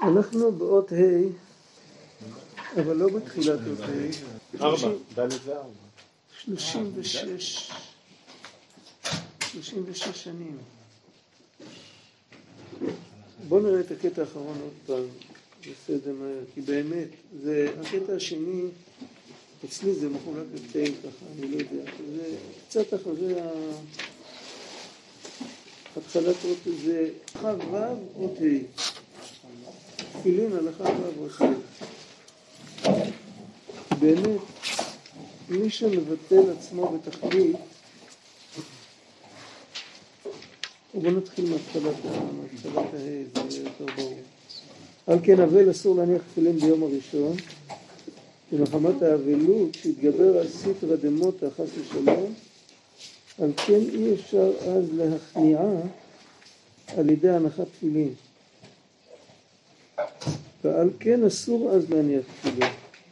אנחנו באות ה' אבל לא בתחילת אות ה'. 4, ד' זה 4. 36 שנים. בואו נראה את הקטע האחרון עוד פעם, בסדר מהר, כי באמת, זה הקטע השני, אצלי זה מחולק לקטעים ככה, אני לא יודע, זה קצת אחרי התחלת אות, זה הלכה ו' אות ה', תפילין הלכה ו' אות ה'. באמת, מי שמבטל עצמו בתכלית, ובוא נתחיל מהתחלת הה', זה יותר ברור. על כן אבל אסור להניח תפילין ביום הראשון, ומחמת האבלות שהתגבר על סיטרא דמותא חס ושלום, על כן אי אפשר אז להכניעה על ידי הנחת תפילין. ועל כן אסור אז להניח תפילין.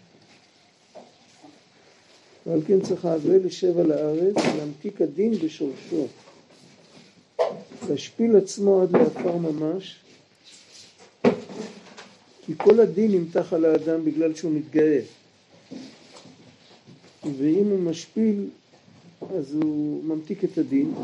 ועל כן צריך האבל לשב על הארץ, להמתיק הדין בשורשו. להשפיל עצמו עד לעפר ממש, כי כל הדין נמתח על האדם בגלל שהוא מתגאה. ואם הוא משפיל, אז הוא ממתיק את הדין.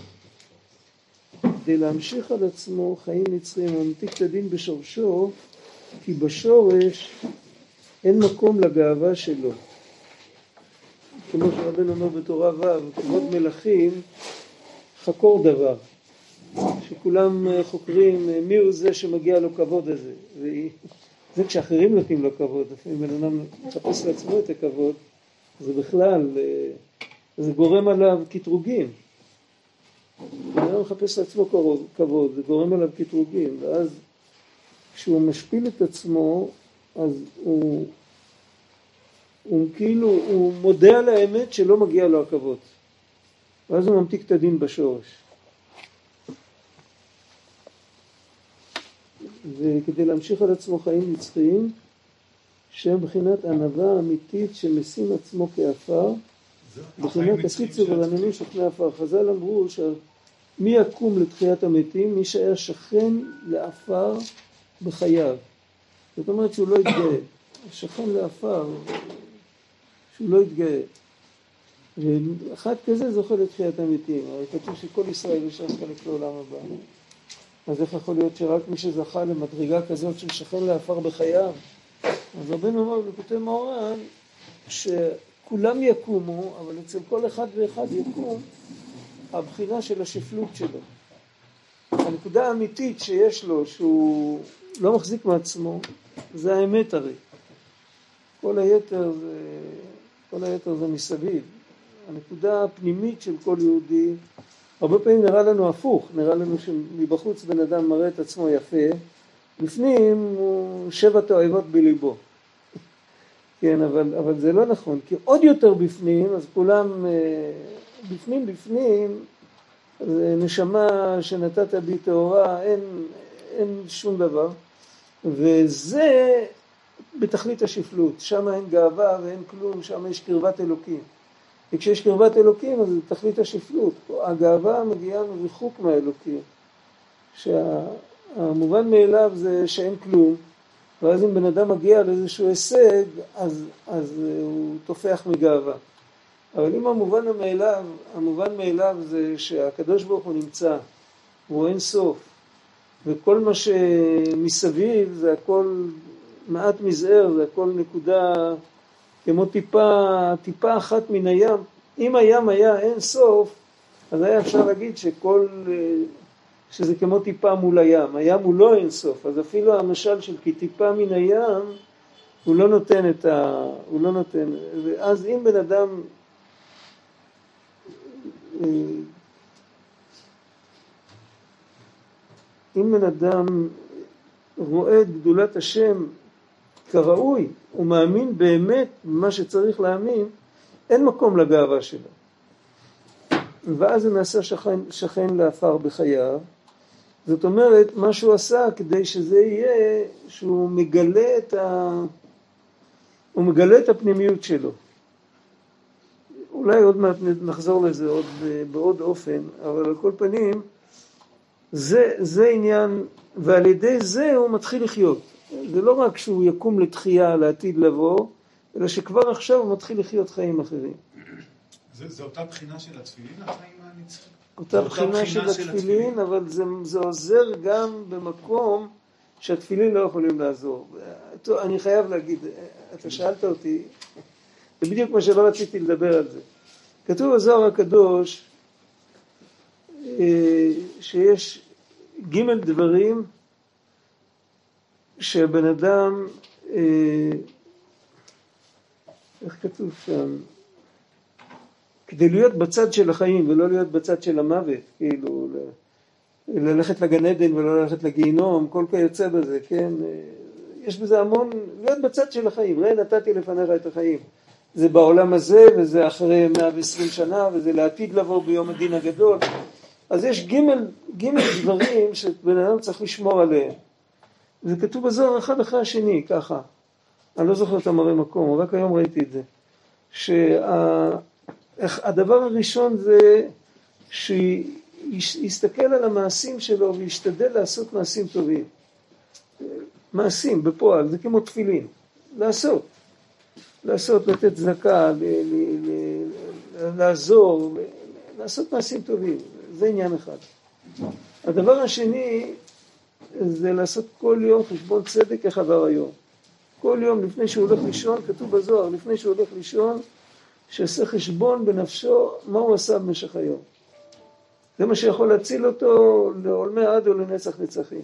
כדי להמשיך על עצמו חיים נצחיים, הוא ממתיק את הדין בשורשו, כי בשורש אין מקום לגאווה שלו. כמו שרבנו אומר בתורה ו', כבוד מלכים, חקור דבר. שכולם חוקרים מי הוא זה שמגיע לו כבוד הזה. זה כשאחרים נותנים לו כבוד, לפעמים בן אדם מחפש לעצמו את הכבוד, זה בכלל, זה גורם עליו קטרוגים. בן אדם מחפש לעצמו כבוד, זה גורם עליו קטרוגים, ואז כשהוא משפיל את עצמו, אז הוא כאילו, הוא מודה על האמת שלא מגיע לו הכבוד. ואז הוא ממתיק את הדין בשורש. וכדי להמשיך על עצמו חיים נצחיים, שהם בחינת ענווה אמיתית שמשים עצמו כאפר, בחינת הקיצור והרעננים של פני אפר. חז"ל אמרו שמי יקום לתחיית המתים? מי שהיה שכן לאפר בחייו. זאת אומרת שהוא לא יתגאה. שכן לאפר, שהוא לא יתגאה. ואחד כזה זוכה לתחיית המתים. הרי כתוב שכל ישראל יש חלק לעולם הבא. אז איך יכול להיות שרק מי שזכה למדרגה כזאת של שכן לאפר בחייו? אז רבנו אומר בכותב מוהר"ן שכולם יקומו, אבל אצל כל אחד ואחד יקום הבחינה של השפלות שלו. הנקודה האמיתית שיש לו, שהוא לא מחזיק מעצמו, זה האמת הרי. כל היתר זה מסביב. הנקודה הפנימית של כל יהודי, הרבה פעמים נראה לנו הפוך, נראה לנו שמבחוץ בן אדם מראה את עצמו יפה, בפנים הוא 7 תועבות בליבו. כן, אבל זה לא נכון, כי עוד יותר בפנים, אז כולם בפנים, זה נשמה שנתת בי טהורה, אין שום דבר, וזה בתכלית השפלות, שם אין גאווה ואין כלום, שם יש קרבת אלוקים. וכשיש קרבת אלוקים, אז זה תכלית השפלות. הגאווה מגיעה מריחוק מהאלוקים. שהמובן מאליו זה שאין כלום, ואז אם בן אדם מגיע לאיזשהו הישג, אז הוא תופח מגאווה. אבל אם המובן מאליו זה שהקדוש ברוך הוא נמצא, הוא אין סוף, וכל מה שמסביב זה הכל מעט מזער, זה הכל נקודה כמו טיפה אחת מן הים. אם הים היה אין סוף, אז היה אפשר להגיד שזה כמו טיפה מול הים. הים הוא לא אין סוף, אז אפילו המשל של כטיפה מן הים, הוא לא נותן ואז אם בן אדם רואה את גדולת השם כראוי, הוא מאמין באמת במה שצריך להאמין, אין מקום לגאווה שלו. ואז זה נעשה שכן לאפר בחייו. זאת אומרת, מה שהוא עשה כדי שזה יהיה, שהוא מגלה את הפנימיות שלו. אולי עוד מעט נחזור לזה בעוד אופן, אבל על כל פנים, זה עניין, ועל ידי זה הוא מתחיל לחיות. זה לא רק שהוא יקום לתחייה לעתיד לבוא, אלא שכבר עכשיו הוא מתחיל לחיות חיים אחרים. זה אותה בחינה של התפילין, החיים הנצחיים? אותה בחינה של התפילין, אבל זה עוזר גם במקום שהתפילין לא יכולים לעזור. אני חייב להגיד, אתה שאלת אותי, זה בדיוק מה שלא רציתי לדבר על זה. כתוב בזוהר הקדוש שיש ג' דברים שהבן אדם, איך כתוב שם? כדי להיות בצד של החיים ולא להיות בצד של המוות, כאילו ללכת לגן עדן ולא ללכת לגיהינום, כל כיוצא בזה, כן? יש בזה המון, להיות בצד של החיים, ראה נתתי לפניך את החיים. זה בעולם הזה וזה אחרי 120 שנה וזה לעתיד לבוא ביום הדין הגדול. אז יש ג' דברים שבן אדם צריך לשמור עליהם. זה כתוב בזוהר אחד אחרי השני, ככה. אני לא זוכר את המראה מקום, רק היום ראיתי את זה. שהדבר הראשון זה שיסתכל על המעשים שלו וישתדל לעשות מעשים טובים. מעשים בפועל, זה כמו תפילין. לעשות, לתת צדקה, לעזור, לעשות מעשים טובים. זה עניין אחד. הדבר השני זה לעשות כל יום חשבון צדק איך עבר היום. כל יום לפני שהוא הולך לישון, כתוב בזוהר, לפני שהוא הולך לישון, שעשה חשבון בנפשו מה הוא עשה במשך היום. זה מה שיכול להציל אותו לעולמי עד או לנצח נצחים.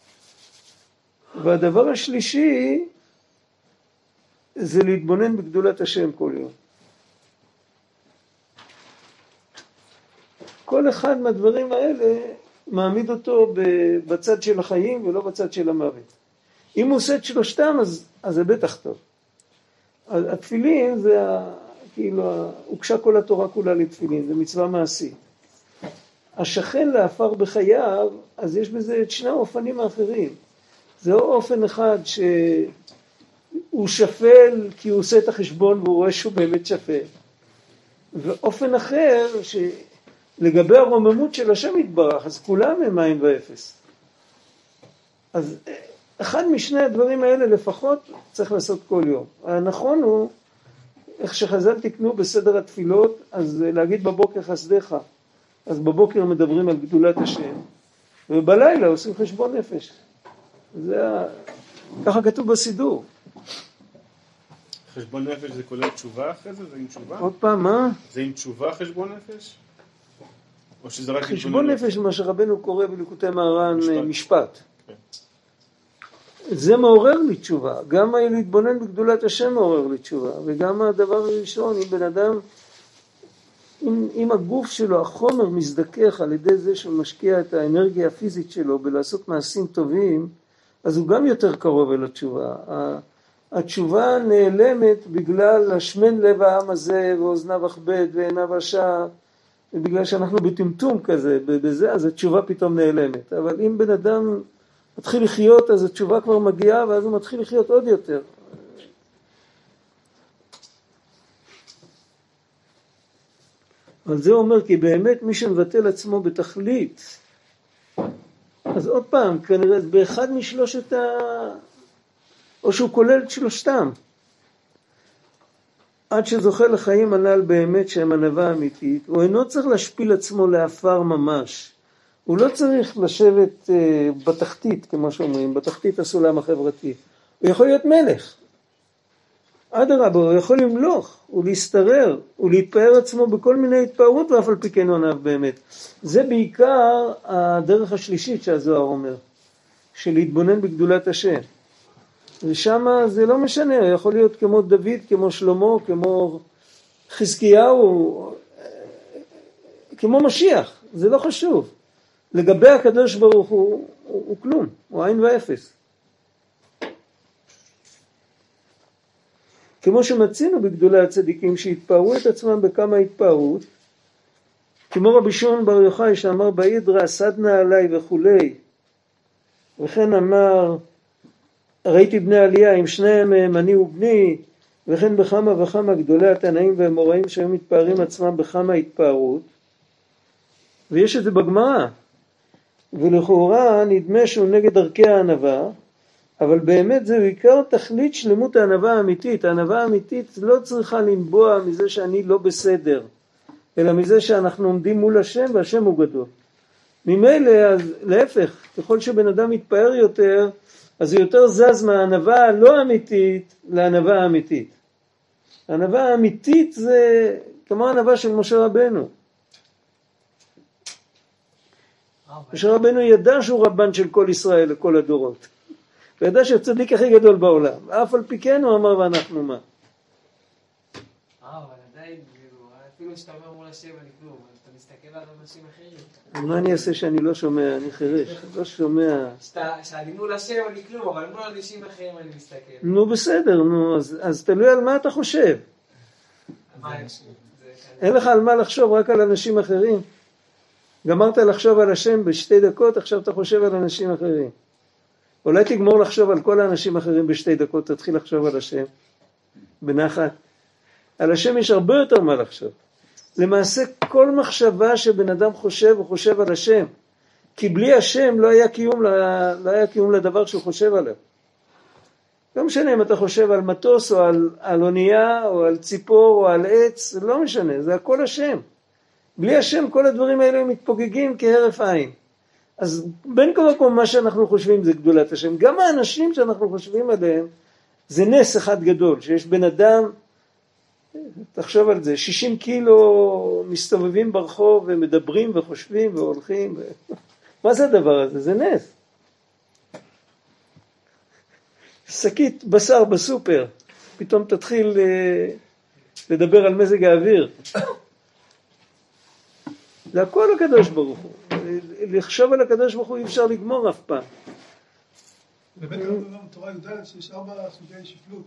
והדבר השלישי זה להתבונן בגדולת השם כל יום. כל אחד מהדברים האלה מעמיד אותו בצד של החיים ולא בצד של המוות. אם הוא עושה את שלושתם אז זה בטח טוב. התפילין זה כאילו, הוקשה כל התורה כולה לתפילין, זה מצווה מעשית. השכן להפר בחייו, אז יש בזה את שני האופנים האחרים. זה אופן אחד שהוא שפל כי הוא עושה את החשבון והוא רואה שהוא באמת שפל. ואופן אחר שלגבי הרוממות של השם יתברך, אז כולם הם מים ואפס. אז אחד משני הדברים האלה לפחות צריך לעשות כל יום. הנכון הוא, איך שחז"ל תקנו בסדר התפילות, אז להגיד בבוקר חסדיך. אז בבוקר מדברים על גדולת השם, ובלילה עושים חשבון נפש. ככה כתוב בסידור. חשבון נפש זה כולל תשובה אחרי זה? זה עם תשובה? עוד פעם, מה? זה עם תשובה חשבון נפש? או שזה רק חשבון נפש מה שרבנו קורא בליקוטי מהר"ן משפט. זה מעורר לי תשובה. גם להתבונן בגדולת השם מעורר לי תשובה. וגם הדבר הראשון, אם בן אדם, אם הגוף שלו, החומר מזדכך על ידי זה שהוא משקיע את האנרגיה הפיזית שלו בלעשות מעשים טובים, אז הוא גם יותר קרוב אל התשובה. התשובה נעלמת בגלל השמן לב העם הזה, ואוזניו אכבד ועיניו עשע, ובגלל שאנחנו בטמטום כזה, בזה, אז התשובה פתאום נעלמת. אבל אם בן אדם מתחיל לחיות, אז התשובה כבר מגיעה, ואז הוא מתחיל לחיות עוד יותר. אבל זה אומר כי באמת מי שמבטל עצמו בתכלית, אז עוד פעם, כנראה באחד משלושת או שהוא כולל את שלושתם. עד שזוכה לחיים הנ"ל באמת שהם ענווה אמיתית, הוא אינו צריך להשפיל עצמו לאפר ממש. הוא לא צריך לשבת בתחתית, כמו שאומרים, בתחתית הסולם החברתי. הוא יכול להיות מלך. אדרבה, הוא יכול למלוך, ולהסתרר, ולהתפאר עצמו בכל מיני התפארות, ואף על פי כן עוניו באמת. זה בעיקר הדרך השלישית שהזוהר אומר, של להתבונן בגדולת השם. ושם זה לא משנה, הוא יכול להיות כמו דוד, כמו שלמה, כמו חזקיהו, כמו משיח, זה לא חשוב. לגבי הקדוש ברוך הוא כלום, הוא עין ואפס. כמו שמצינו בגדולי הצדיקים שהתפארו את עצמם בכמה התפארות, כמו רבי שמעון בר יוחאי שאמר בהידרא סדנה עליי וכולי, וכן אמר ראיתי בני עלייה עם שניהם הם אני ובני, וכן בכמה וכמה גדולי התנאים והאמוראים שהיו מתפארים עצמם בכמה התפארות, ויש את זה בגמרא, ולכאורה נדמה שהוא נגד דרכי הענווה, אבל באמת זה בעיקר תכלית שלמות הענווה האמיתית. הענווה האמיתית לא צריכה לנבוע מזה שאני לא בסדר, אלא מזה שאנחנו עומדים מול השם והשם הוא גדול. ממילא, אז להפך, ככל שבן אדם מתפאר יותר, אז הוא יותר זז מהענווה הלא אמיתית לענווה האמיתית. הענווה האמיתית זה כמו הענווה של משה רבנו. משה רבנו ידע שהוא רבן של כל ישראל לכל הדורות. הוא ידע שהוא הצדיק הכי גדול בעולם. אף על פי כן הוא אמר ואנחנו מה. אבל עדיין, אפילו שאתה אומר מול השם אני כלום, אתה מסתכל על אנשים אחרים. מה אני אעשה שאני לא שומע? אני חירש, לא שומע. שאני מול השם אני כלום, אבל מול אנשים אחרים אני מסתכל. נו בסדר, נו, אז תלוי על מה אתה חושב. אין לך על מה לחשוב, רק על אנשים אחרים. גמרת לחשוב על השם בשתי דקות, עכשיו אתה חושב על אנשים אחרים. אולי תגמור לחשוב על כל האנשים אחרים בשתי דקות, תתחיל לחשוב על השם בנחת. על השם יש הרבה יותר מה לחשוב. למעשה כל מחשבה שבן אדם חושב, הוא חושב על השם. כי בלי השם לא היה קיום לדבר שהוא חושב עליו. לא משנה אם אתה חושב על מטוס או על אונייה או על ציפור או על עץ, זה לא משנה, זה הכל השם. בלי השם כל הדברים האלה מתפוגגים כהרף עין. אז בין כל מקום מה שאנחנו חושבים זה גדולת השם. גם האנשים שאנחנו חושבים עליהם זה נס אחד גדול, שיש בן אדם, תחשוב על זה, 60 קילו מסתובבים ברחוב ומדברים וחושבים והולכים. מה זה הדבר הזה? זה נס. שקית בשר בסופר, פתאום תתחיל לדבר על מזג האוויר. זה הכל הקדוש ברוך הוא. לחשוב על הקדוש ברוך הוא אי אפשר לגמור אף פעם. באמת כתוב גם בתורה י"ד שיש 4 סוגי שפלות.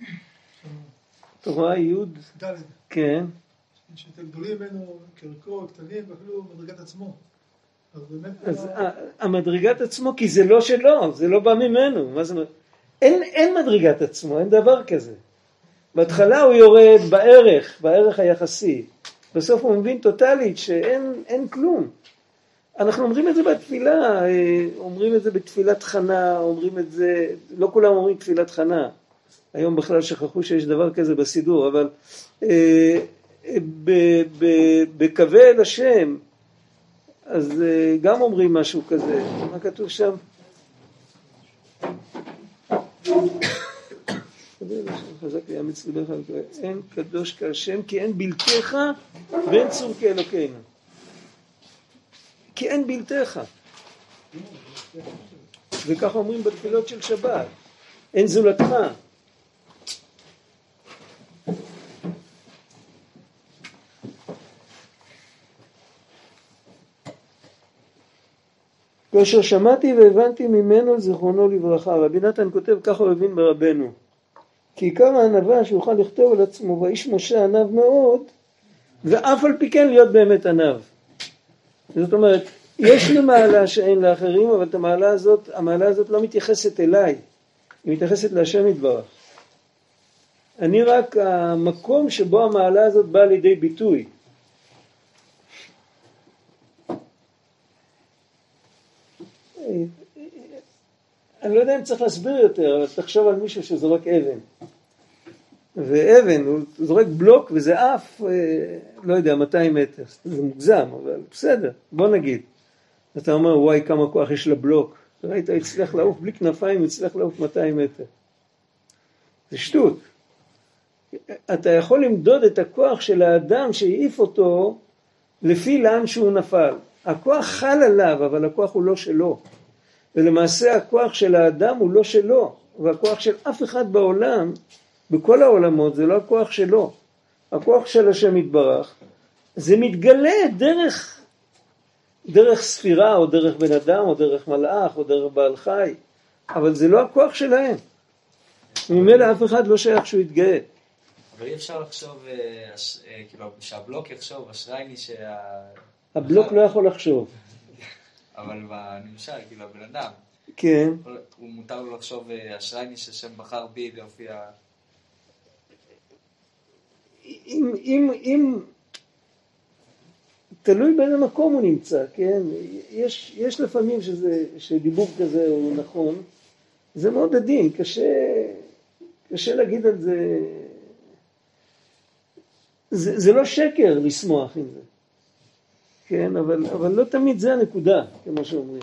תורה י' ד'. כן. שאתם גדולים ממנו, קרקו, קטנים, ואפילו מדרגת עצמו. אז באמת... אז המדרגת עצמו, כי זה לא שלו, זה לא בא ממנו. מה זאת אומרת? אין מדרגת עצמו, אין דבר כזה. בהתחלה הוא יורד בערך היחסי. בסוף הוא מבין טוטלית שאין כלום. אנחנו אומרים את זה בתפילה, אומרים את זה בתפילת חנה, אומרים את זה, לא כולם אומרים תפילת חנה. היום בכלל שכחו שיש דבר כזה בסידור, אבל בקווה אל השם, אז גם אומרים משהו כזה. מה כתוב שם? חזק ויאמץ לבך, אין קדוש כהשם, כי אין בלתך ואין צור כאלוקינו. כי אין בלתך. וכך אומרים בתפילות של שבת. אין זולתך. כאשר שמעתי והבנתי ממנו זיכרונו לברכה. רבי נתן כותב, ככה הוא הבין ברבנו. כי עיקר הענווה שיוכל לכתוב על עצמו, והאיש משה ענב מאוד, ואף על פי כן להיות באמת ענב. זאת אומרת, יש לי מעלה שאין לאחרים, אבל המעלה הזאת לא מתייחסת אליי, היא מתייחסת להשם יתברך. אני רק המקום שבו המעלה הזאת באה לידי ביטוי. אני לא יודע אם צריך להסביר יותר, אבל תחשוב על מישהו שזורק אבן. ואבן, הוא זורק בלוק וזה אף, לא יודע, 200 מטר. זה מוגזם, אבל בסדר, בוא נגיד. אתה אומר, וואי, כמה כוח יש לבלוק. ראית, הצליח לעוף בלי כנפיים, הצליח לעוף 200 מטר. זה שטות. אתה יכול למדוד את הכוח של האדם שהעיף אותו לפי לאן שהוא נפל. הכוח חל עליו, אבל הכוח הוא לא שלו. ולמעשה הכוח של האדם הוא לא שלו. והכוח של אף אחד בעולם, בכל העולמות, זה לא הכוח שלו. הכוח של השם יתברך, זה מתגלה דרך ספירה, או דרך בן אדם, או דרך מלאך, או דרך בעל חי. אבל זה לא הכוח שלהם. ממילא אף אחד לא שייך שהוא יתגאה. אבל אי אפשר לחשוב, כאילו, שהבלוק יחשוב, אשרייני הבלוק לא יכול לחשוב. אבל למשל, כאילו, הבן אדם, כן. הוא מותר לו לחשוב, אשרייני שהשם בחר בי להופיע. אם תלוי באיזה מקום הוא נמצא, כן? יש לפעמים שדיבור כזה הוא נכון, זה מאוד עדין, קשה להגיד על זה, זה לא שקר לשמוח עם זה, כן, אבל לא תמיד זה הנקודה, כמו שאומרים.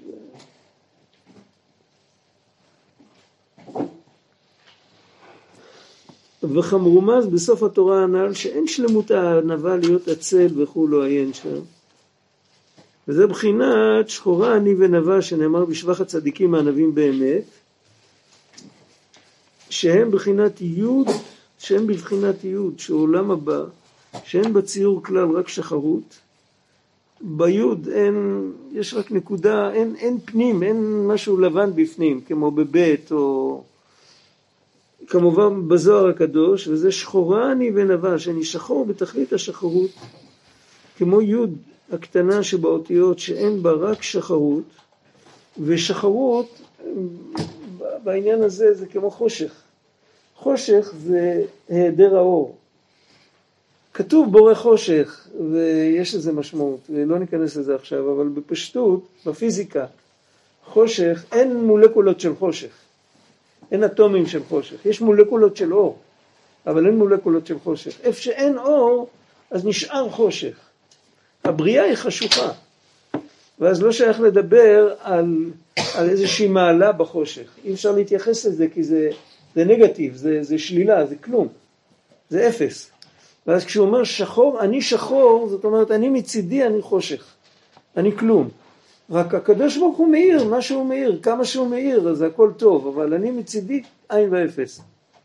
וכמרומז בסוף התורה הנ"ל שאין שלמות הענווה להיות עצל וכו' לא עיין שם. וזה בחינת שחורה אני ונווה שנאמר בשבח הצדיקים הענבים באמת, שהם בחינת יוד, שהם בבחינת יוד, שעולם הבא, שאין בציור כלל רק שחרות, ביוד יש רק נקודה, אין פנים, אין משהו לבן בפנים, כמו בבית או כמובן בזוהר הקדוש, וזה שחורה אני ונווה, שאני שחור בתכלית השחרות, כמו יוד הקטנה שבאותיות שאין בה רק שחרות, ושחרות בעניין הזה זה כמו חושך. חושך זה היעדר האור. כתוב בורא חושך, ויש לזה משמעות, ולא ניכנס לזה עכשיו, אבל בפשטות, בפיזיקה, חושך, אין מולקולות של חושך. אין אטומים של חושך. יש מולקולות של אור, אבל אין מולקולות של חושך. איפה שאין אור, אז נשאר חושך. הבריאה היא חשוכה. ואז לא שייך לדבר על איזושהי מעלה בחושך. אי אפשר להתייחס לזה כי זה נגטיב, זה שלילה, זה כלום. זה אפס. ואז כשהוא אומר שחור, אני שחור, זאת אומרת, אני מצידי, אני חושך. אני כלום. רק הקדוש ברוך הוא מאיר, מה שהוא מאיר, כמה שהוא מאיר, אז הכל טוב, אבל אני מצידי עין ואפס.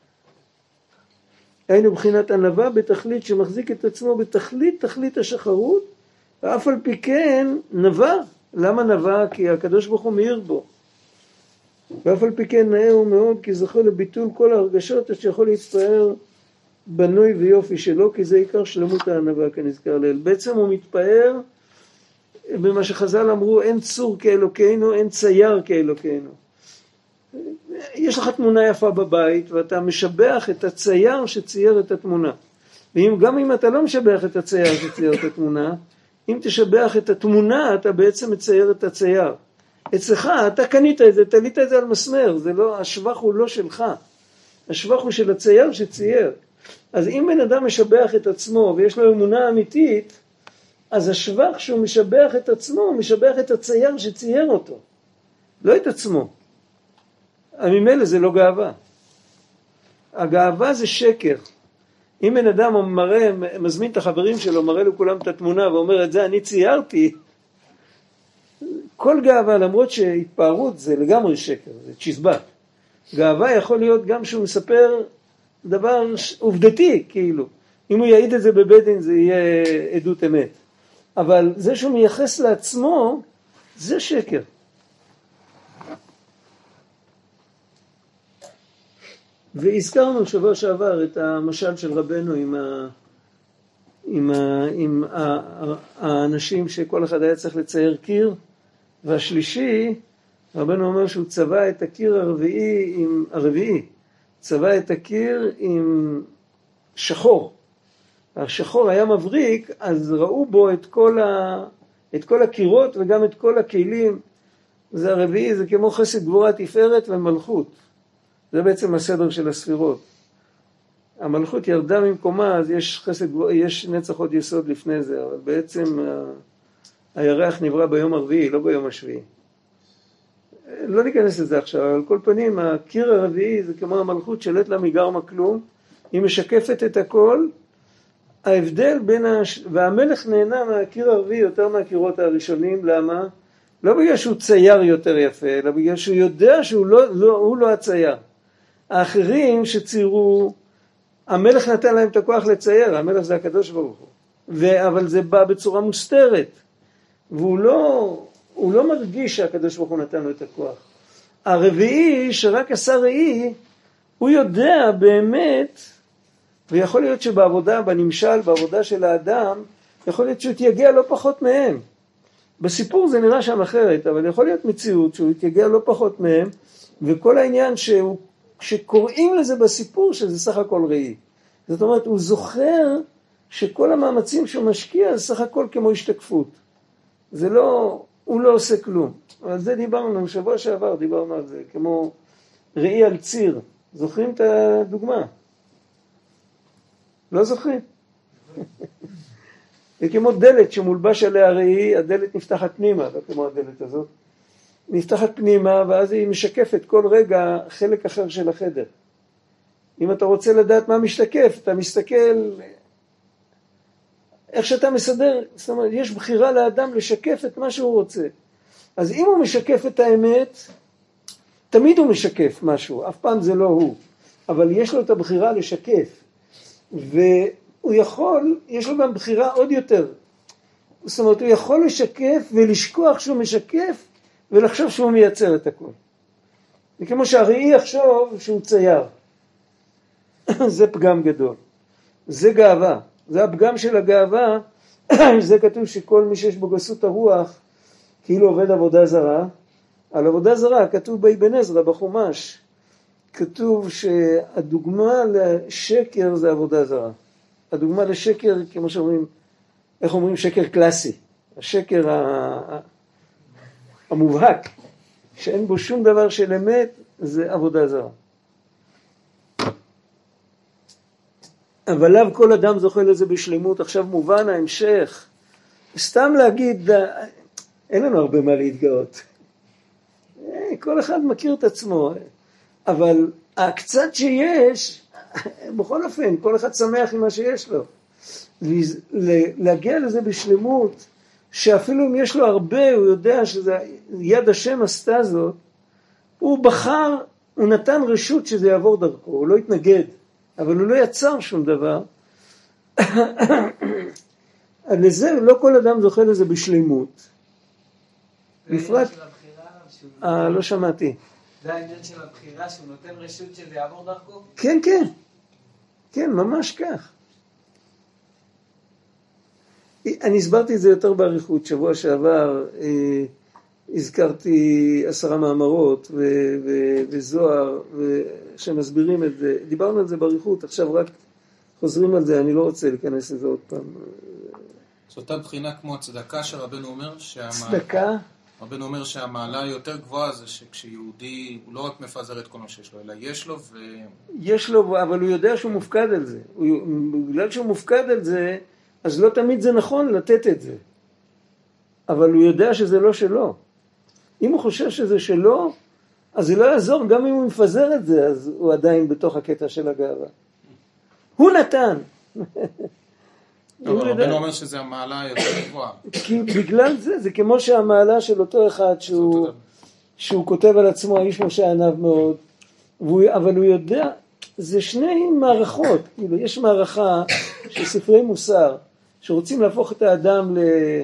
היינו בחינת ענווה בתכלית שמחזיק את עצמו בתכלית השחרות, ואף על פי כן נווה. למה נווה? כי הקדוש ברוך הוא מאיר בו. ואף על פי כן נאה הוא מאוד, כי זכה לביטול כל ההרגשות עד שיכול להתפאר בנוי ויופי שלו, כי זה עיקר שלמות הענווה כנזכר לאל. בעצם הוא מתפאר במה שחז"ל אמרו, אין צור כאלוקינו, אין צייר כאלוקינו. יש לך תמונה יפה בבית, ואתה משבח את הצייר שצייר את התמונה. וגם אם אתה לא משבח את הצייר שצייר את התמונה, אם תשבח את התמונה, אתה בעצם מצייר את הצייר. אצלך, אתה קנית את זה, תלית את זה על מסמר, זה לא, השבח הוא לא שלך. השבח הוא של הצייר שצייר. אז אם בן אדם משבח את עצמו, ויש לו אמונה אמיתית, אז השבח שהוא משבח את עצמו, הוא משבח את הצייר שצייר אותו. לא את עצמו. ממילא זה לא גאווה. הגאווה זה שקר. אם בן אדם מזמין את החברים שלו, מראה לכולם את התמונה ואומר את זה אני ציירתי, כל גאווה, למרות שהתפארות זה לגמרי שקר, זה צ'יזבט. גאווה יכול להיות גם שהוא מספר דבר עובדתי, כאילו. אם הוא יעיד את זה בבית דין זה יהיה עדות אמת. אבל זה שהוא מייחס לעצמו, זה שקר. והזכרנו שבוע שעבר את המשל של רבנו עם האנשים שכל אחד היה צריך לצייר קיר, והשלישי, רבנו אומר שהוא צבע את הקיר הרביעי, צבע את הקיר עם שחור. השחור היה מבריק, אז ראו בו את כל הקירות וגם את כל הכלים. זה הרביעי, זה כמו חסד גבורה תפארת ומלכות. זה בעצם הסדר של הספירות. המלכות ירדה ממקומה, אז יש נצח עוד יסוד לפני זה, אבל בעצם הירח נברא ביום הרביעי, לא ביום השביעי. לא ניכנס לזה עכשיו, אבל כל פנים, הקיר הרביעי זה כמו המלכות שלט לה מגרמה כלום, היא משקפת את הכל, ההבדל והמלך נהנה מהקיר הרביעי יותר מהקירות הראשונים, למה? לא בגלל שהוא צייר יותר יפה, אלא בגלל שהוא יודע שהוא לא הצייר. האחרים שציירו, המלך נתן להם את הכוח לצייר, המלך זה הקדוש ברוך הוא. אבל זה בא בצורה מוסתרת, והוא לא מרגיש שהקדוש ברוך הוא נתן לו את הכוח. הרביעי שרק עשה ראי, הוא יודע באמת, ויכול להיות שבעבודה, בנמשל, בעבודה של האדם, יכול להיות שהוא יתייגע לא פחות מהם. בסיפור זה נראה שם אחרת, אבל יכול להיות מציאות שהוא יתייגע לא פחות מהם, וכל העניין שקוראים לזה בסיפור שזה סך הכל ראי. זאת אומרת, הוא זוכר שכל המאמצים שהוא משקיע זה סך הכל כמו השתקפות. הוא לא עושה כלום. על זה דיברנו, שבוע שעבר דיברנו על זה, כמו ראי על ציר. זוכרים את הדוגמה? לא זוכרים? זה כמו דלת שמולבש עליה ראי, הדלת נפתחת פנימה, לא כמו הדלת הזאת. נפתחת פנימה ואז היא משקפת כל רגע חלק אחר של החדר. אם אתה רוצה לדעת מה משתקף, אתה מסתכל איך שאתה מסדר, זאת אומרת, יש בחירה לאדם לשקף את מה שהוא רוצה. אז אם הוא משקף את האמת, תמיד הוא משקף משהו, אף פעם זה לא הוא. אבל יש לו את הבחירה לשקף. והוא יכול, יש לו גם בחירה עוד יותר. זאת אומרת, הוא יכול לשקף ולשכוח שהוא משקף, ולחשוב שהוא מייצר את הכל. זה כמו שהראי יחשוב שהוא צייר. זה פגם גדול. זה גאווה. זה הפגם של הגאווה. זה כתוב שכל מי שיש בו גסות הרוח, כאילו עובד עבודה זרה. על עבודה זרה כתוב באבן עזרא בחומש. כתוב שהדוגמה לשקר זה עבודה זרה. הדוגמה לשקר, כמו שאומרים, איך אומרים שקר קלאסי. השקר המובהק, שאין בו שום דבר של אמת, זה עבודה זרה. אבל לאו כל אדם זוכה לזה בשלמות. עכשיו מובן ההמשך. סתם להגיד, אין לנו הרבה מה להתגאות. כל אחד מכיר את עצמו. אבל הקצת שיש, בכל אופן, כל אחד שמח עם מה שיש לו. להגיע לזה בשלמות, שאפילו אם יש לו הרבה, הוא יודע שזה יד השם עשתה זאת, הוא בחר, הוא נתן רשות שזה יעבור דרכו, הוא לא התנגד, אבל הוא לא יצר שום דבר. לזה לא כל אדם זוכה לזה בשלמות. בפרט, לא שמעתי. זה העניין של הבחירה, שהוא נותן רשות שזה יעבור דרכו? כן, כן. כן, ממש כך. אני הסברתי את זה יותר בעריכות. שבוע שעבר הזכרתי 10 מאמרות וזוהר שמסבירים את זה. דיברנו על זה בעריכות, עכשיו רק חוזרים על זה, אני לא רוצה להיכנס לזה עוד פעם. זו אותה בחינה כמו הצדקה שרבנו אומר צדקה? רבנו אומר שהמעלה היותר גבוהה זה שכשיהודי הוא לא רק מפזר את כל מה שיש לו, אלא יש לו יש לו, אבל הוא יודע שהוא מופקד על זה. בגלל שהוא מופקד על זה, אז לא תמיד זה נכון לתת את זה. אבל הוא יודע שזה לא שלו. אם הוא חושב שזה שלו, אז זה לא יעזור, גם אם הוא מפזר את זה, אז הוא עדיין בתוך הקטע של הגאווה. הוא נתן. אבל רבנו אומר שזה המעלה היותר גבוהה. כי בגלל זה, זה כמו שהמעלה של אותו אחד שהוא כותב על עצמו, האיש משה ענב מאוד, אבל הוא יודע, זה שני מערכות, כאילו יש מערכה של ספרי מוסר, שרוצים להפוך את האדם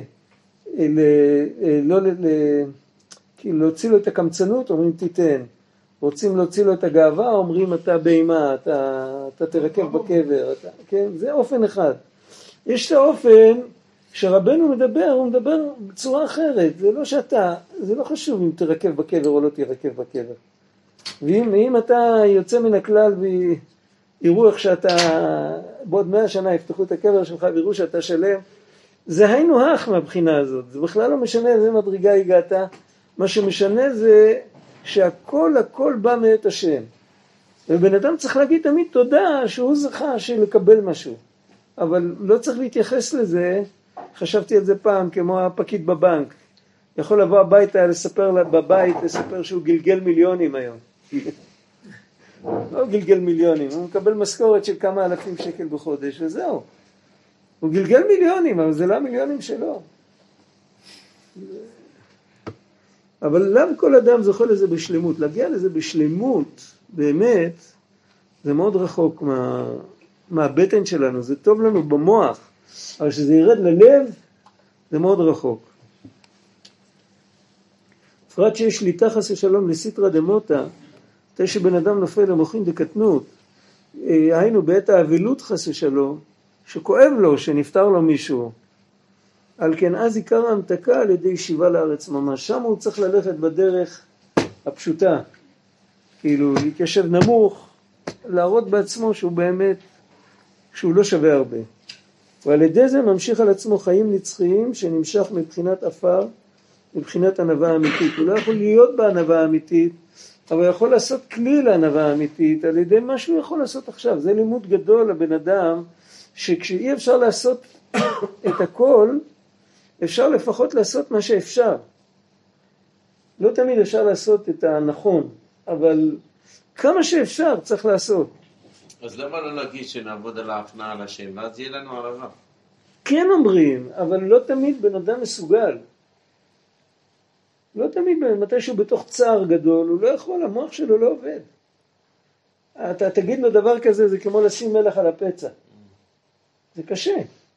כאילו להוציא לו את הקמצנות, אומרים תיתן, רוצים להוציא לו את הגאווה, אומרים אתה בהמה, אתה תרכב בקבר, כן? זה אופן אחד. יש את האופן שרבנו מדבר, הוא מדבר בצורה אחרת, זה לא חשוב אם תרכב בקבר או לא תרכב בקבר. ואם אתה יוצא מן הכלל ויראו איך שאתה, בעוד 100 שנה יפתחו את הקבר שלך ויראו שאתה שלם, זה היינו הך מהבחינה הזאת, זה בכלל לא משנה איזה מדרגה הגעת, מה שמשנה זה הכל בא מאת השם. ובן אדם צריך להגיד תמיד תודה שהוא זכה לקבל משהו. אבל לא צריך להתייחס לזה, חשבתי על זה פעם, כמו הפקיד בבנק. יכול לבוא הביתה לספר שהוא גלגל מיליונים היום. לא גלגל מיליונים, הוא מקבל משכורת של כמה אלפים שקל בחודש, וזהו. הוא גלגל מיליונים, אבל זה לא המיליונים שלו. אבל למה כל אדם זוכה לזה בשלמות? להגיע לזה בשלמות, באמת, זה מאוד רחוק מהבטן שלנו, זה טוב לנו במוח, אבל שזה ירד ללב, זה מאוד רחוק. בפרט שיש שליטה חס ושלום לסיטרא דמותא, מתי שבן אדם נופל למוחין דקטנות, היינו בעת האבלות חס ושלום, שכואב לו, שנפטר לו מישהו, על כן אז עיקר ההמתקה על ידי שיבה לארץ ממש, שם הוא צריך ללכת בדרך הפשוטה, כאילו להתיישב נמוך, להראות בעצמו שהוא באמת, שהוא לא שווה הרבה. ועל ידי זה ממשיך על עצמו חיים נצחיים שנמשך מבחינת אפר, מבחינת ענווה אמיתית. הוא לא יכול להיות בענווה אמיתית אבל יכול לעשות כלי לענווה האמיתית על ידי מה שהוא יכול לעשות עכשיו. זה לימוד גדול לבן אדם, שכשאי אפשר לעשות את הכל, אפשר לפחות לעשות מה שאפשר. לא תמיד אפשר לעשות את הנכון, אבל כמה שאפשר צריך לעשות. אז למה לא להגיד שנעבוד על ההפנאה על השם, ואז יהיה לנו ערבה? כן אומרים, אבל לא תמיד בן אדם מסוגל. לא תמיד, מתי שהוא בתוך צער גדול, הוא לא יכול, המוח שלו לא עובד. אתה תגיד לו דבר כזה, זה כמו לשים מלח על הפצע. זה קשה.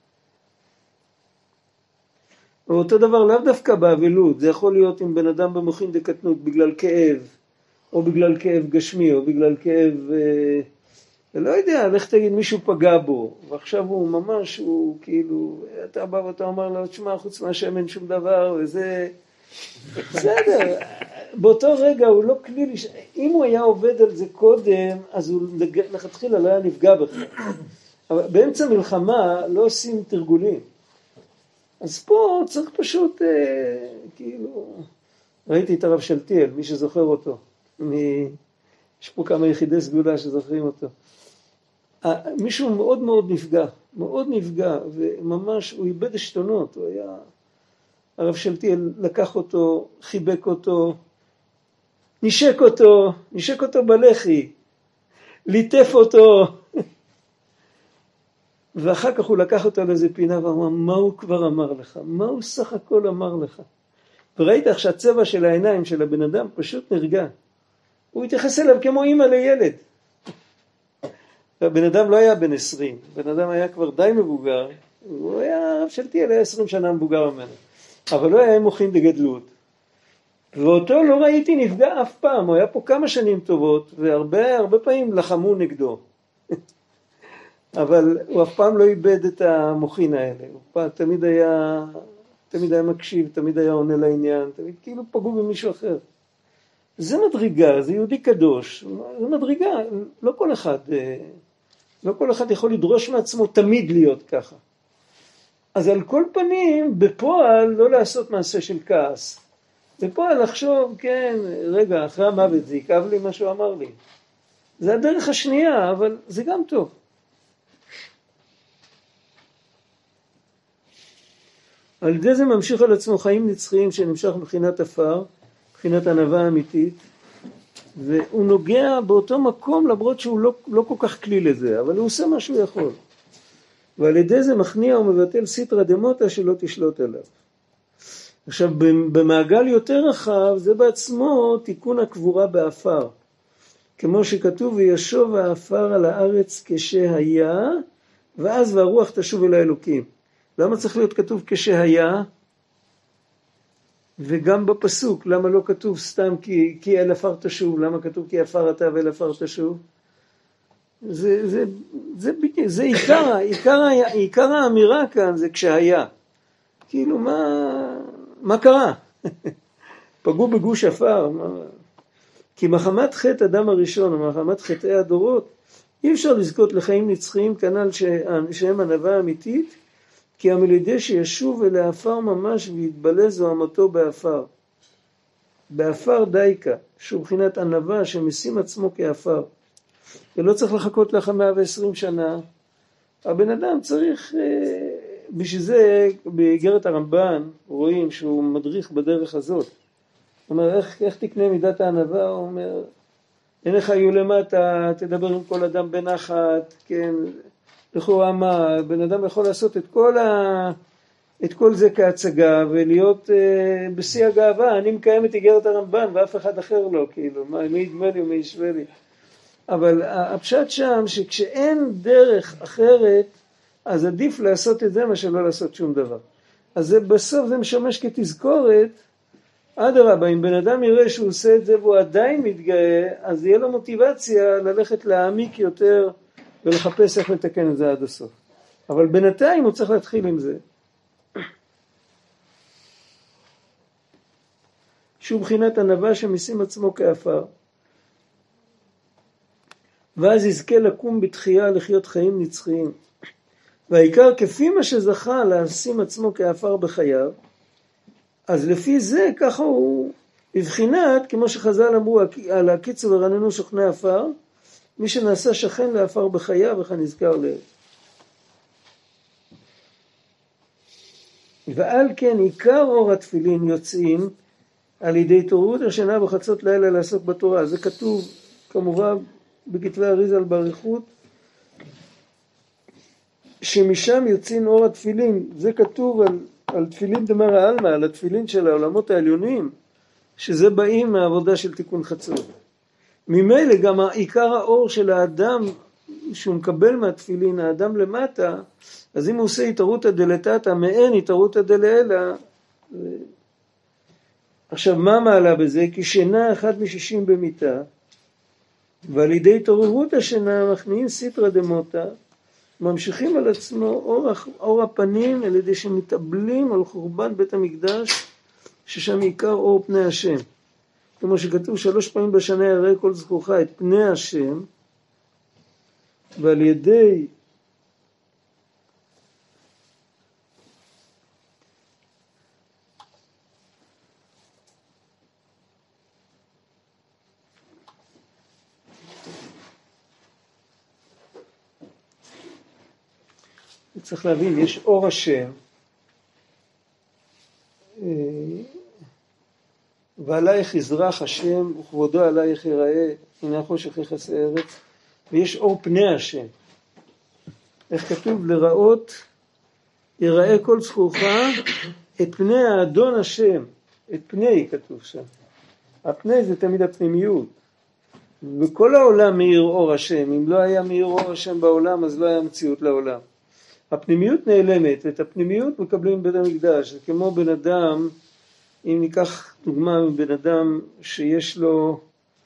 ואותו דבר לאו דווקא באבלות, זה יכול להיות עם בן אדם במוחין דקטנות בגלל כאב, או בגלל כאב גשמי, או בגלל כאב, לא יודע, לך תגיד מישהו פגע בו, ועכשיו הוא ממש, הוא כאילו, אתה בא ואתה אומר לו, תשמע, חוץ מהשם אין שום דבר, וזה, בסדר, באותו רגע הוא לא כלי, אם הוא היה עובד על זה קודם, אז הוא לכתחילה לא היה נפגע בכלל. אבל באמצע מלחמה לא עושים תרגולים. אז פה צריך פשוט, כאילו, ראיתי את הרב שלתיאל, מי שזוכר אותו. יש פה כמה יחידי סגולה שזוכרים אותו. מישהו מאוד מאוד נפגע, וממש הוא איבד השתונות. הוא היה, הרב שלתיאל לקח אותו, חיבק אותו, נשק אותו בלחי, ליטף אותו, ואחר כך הוא לקח אותו לאיזה פינה ואמר, מה הוא כבר אמר לך? מה הוא סך הכל אמר לך? וראית איך שהצבע של העיניים של הבן אדם פשוט נרגע. הוא התייחס אליו כמו אמא לילד. והבן אדם לא היה בן 20, בן אדם היה כבר די מבוגר, הוא היה, הרב שלתיאל היה 20 שנה מבוגר ממנו, אבל לא היה מוחין דגדלות. ואותו לא ראיתי נפגע אף פעם, הוא היה פה כמה שנים טובות, והרבה פעמים לחמו נגדו. אבל הוא אף פעם לא איבד את המוחין האלה, הוא תמיד היה מקשיב, תמיד היה עונה לעניין, תמיד כאילו פגעו במישהו אחר. זה מדרגה, זה יהודי קדוש, זה מדרגה, לא כל אחד יכול לדרוש מעצמו תמיד להיות ככה. אז על כל פנים, בפועל לא לעשות מעשה של כעס. בפועל לחשוב, כן, רגע, אחרי המוות זה יקב לי מה שהוא אמר לי. זה הדרך השנייה, אבל זה גם טוב. על ידי זה ממשיך על עצמו חיים נצחיים שנמשך מבחינת אפר, מבחינת ענווה אמיתית, והוא נוגע באותו מקום למרות שהוא לא כל כך כלי לזה, אבל הוא עושה מה שהוא יכול. ועל ידי זה מכניע ומבטל סיטרא דמותא שלא תשלוט עליו. עכשיו במעגל יותר רחב זה בעצמו תיקון הקבורה באפר. כמו שכתוב וישוב האפר על הארץ כשהיה, ואז והרוח תשוב אל האלוקים. למה צריך להיות כתוב כשהיה? וגם בפסוק, למה לא כתוב סתם כי אל עפר תשוב? למה כתוב כי עפר אתה ואל עפר תשוב? זה עיקר האמירה כאן, זה כשהיה. כאילו מה קרה? פגעו בגוש עפר. כי מחמת חטא אדם הראשון ומחמת חטאי הדורות, אי אפשר לזכות לחיים נצחיים כנ"ל שהם ענווה אמיתית, כי המלידי שישוב אל האפר ממש ויתבלה זוהמתו באפר. באפר דייקה, שהוא מבחינת ענווה שמשים עצמו כאפר. ולא צריך לחכות לך 120 שנה. הבן אדם צריך, בשביל זה באיגרת הרמב"ן רואים שהוא מדריך בדרך הזאת. הוא אומר, איך תקנה מידת הענווה? הוא אומר, עיניך יהיו למטה, תדבר עם כל אדם בנחת, כן, לכאורה מה, בן אדם יכול לעשות את כל זה כהצגה, ולהיות בשיא הגאווה, אני מקיים את איגרת הרמב"ן, ואף אחד אחר לא, כאילו, מי ידמה לי ומי ישווה לי. אבל הפשט שם, שכשאין דרך אחרת, אז עדיף לעשות את זה, מה שלא לעשות שום דבר. אז בסוף זה משמש כתזכורת, אדרבה, אם בן אדם יראה שהוא עושה את זה, והוא עדיין מתגאה, אז יהיה לו מוטיבציה ללכת להעמיק יותר, ולחפש איך לתקן את זה עד הסוף. אבל בינתיים הוא צריך להתחיל עם זה. שהוא בחינת ענווה שמשים עצמו כאפר. ואז יזכה לקום בתחייה לחיות חיים נצחיים. והעיקר כפי מה שזכה לשים עצמו כאפר בחייו, אז לפי זה ככה הוא בבחינת, כמו שחז"ל אמרו, על הקיצור ורננו שוכני עפר, מי שנעשה שכן לעפר בחייו, וכן נזכר לב. ועל כן עיקר אור התפילין יוצאים על ידי התעוררות השינה בחצות לילה לעסוק בתורה. זה כתוב כמובן בכתבי אריז"ל באריכות, שמשם יוצאים אור התפילין. זה כתוב על תפילין דמרא עלמא, על התפילין של העולמות העליונים, שזה באים מהעבודה של תיקון חצות. ממילא גם עיקר האור של האדם שהוא מקבל מהתפילין, האדם למטה, אז אם הוא עושה התערותא דלתתא מעין התערותא דלעילא. עכשיו מה מעלה בזה? כי שינה 1 מ-60 במיטה, ועל ידי התעוררות השינה מכניעים סיטרא דמותא, ממשיכים על עצמו אור הפנים על ידי שמתאבלים על חורבן בית המקדש, ששם עיקר אור פני השם. כמו שכתוב 3 פעמים בשנה יראה כל זכורך את פני השם, ועל ידי צריך להבין, יש אור השם, ועלייך יזרח השם וכבודו עלייך יראה, הנה החושך יכסה ארץ, ויש אור פני השם. איך כתוב? לראות יראה כל זכורך את פני האדון השם. את פני כתוב שם. הפני זה תמיד הפנימיות. בכל העולם מאיר אור השם. אם לא היה מאיר אור השם בעולם, אז לא היה מציאות לעולם. הפנימיות נעלמת, ואת הפנימיות מקבלים בבית המקדש. זה כמו בן אדם, אם ניקח דוגמה מבן אדם שיש לו,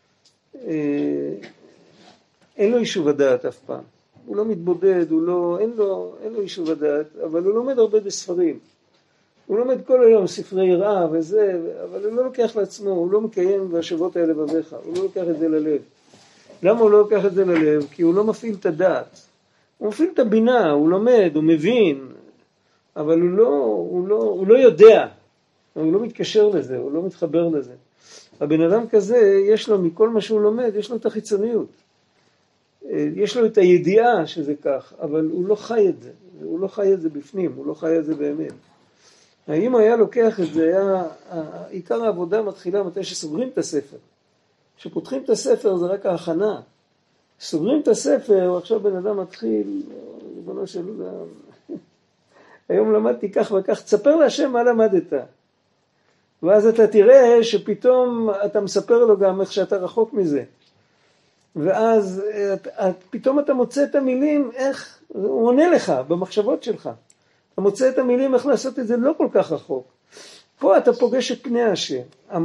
אין לו יישוב הדעת אף פעם. הוא לא מתבודד, אין לו יישוב הדעת, אבל הוא לומד הרבה בספרים. הוא לומד כל היום ספרי יראה וזה, אבל הוא לא לוקח לעצמו, הוא לא מקיים והשבות האלה בבך, הוא לא לוקח את זה ללב. למה הוא לא לוקח את זה ללב? כי הוא לא מפעיל את הדעת. הוא מפעיל את הבינה, הוא לומד, הוא מבין, אבל הוא לא יודע, הוא לא מתקשר לזה, הוא לא מתחבר לזה. הבן אדם כזה, יש לו מכל מה שהוא לומד, יש לו את החיצוניות. יש לו את הידיעה שזה כך, אבל הוא לא חי את זה, הוא לא חי את זה בפנים, הוא לא חי את זה באמת. אם היה לוקח את זה, עיקר העבודה מתחילה מתי שסוגרים את הספר. כשפותחים את הספר זה רק ההכנה. סוגרים את הספר, ועכשיו בן אדם מתחיל, ריבונו של עולם, היום למדתי כך וכך, תספר להשם מה למדת. ואז אתה תראה שפתאום אתה מספר לו גם איך שאתה רחוק מזה. ואז פתאום אתה מוצא את המילים, איך, הוא עונה לך במחשבות שלך. אתה מוצא את המילים איך לעשות את זה לא כל כך רחוק. פה אתה פוגש את פני השם.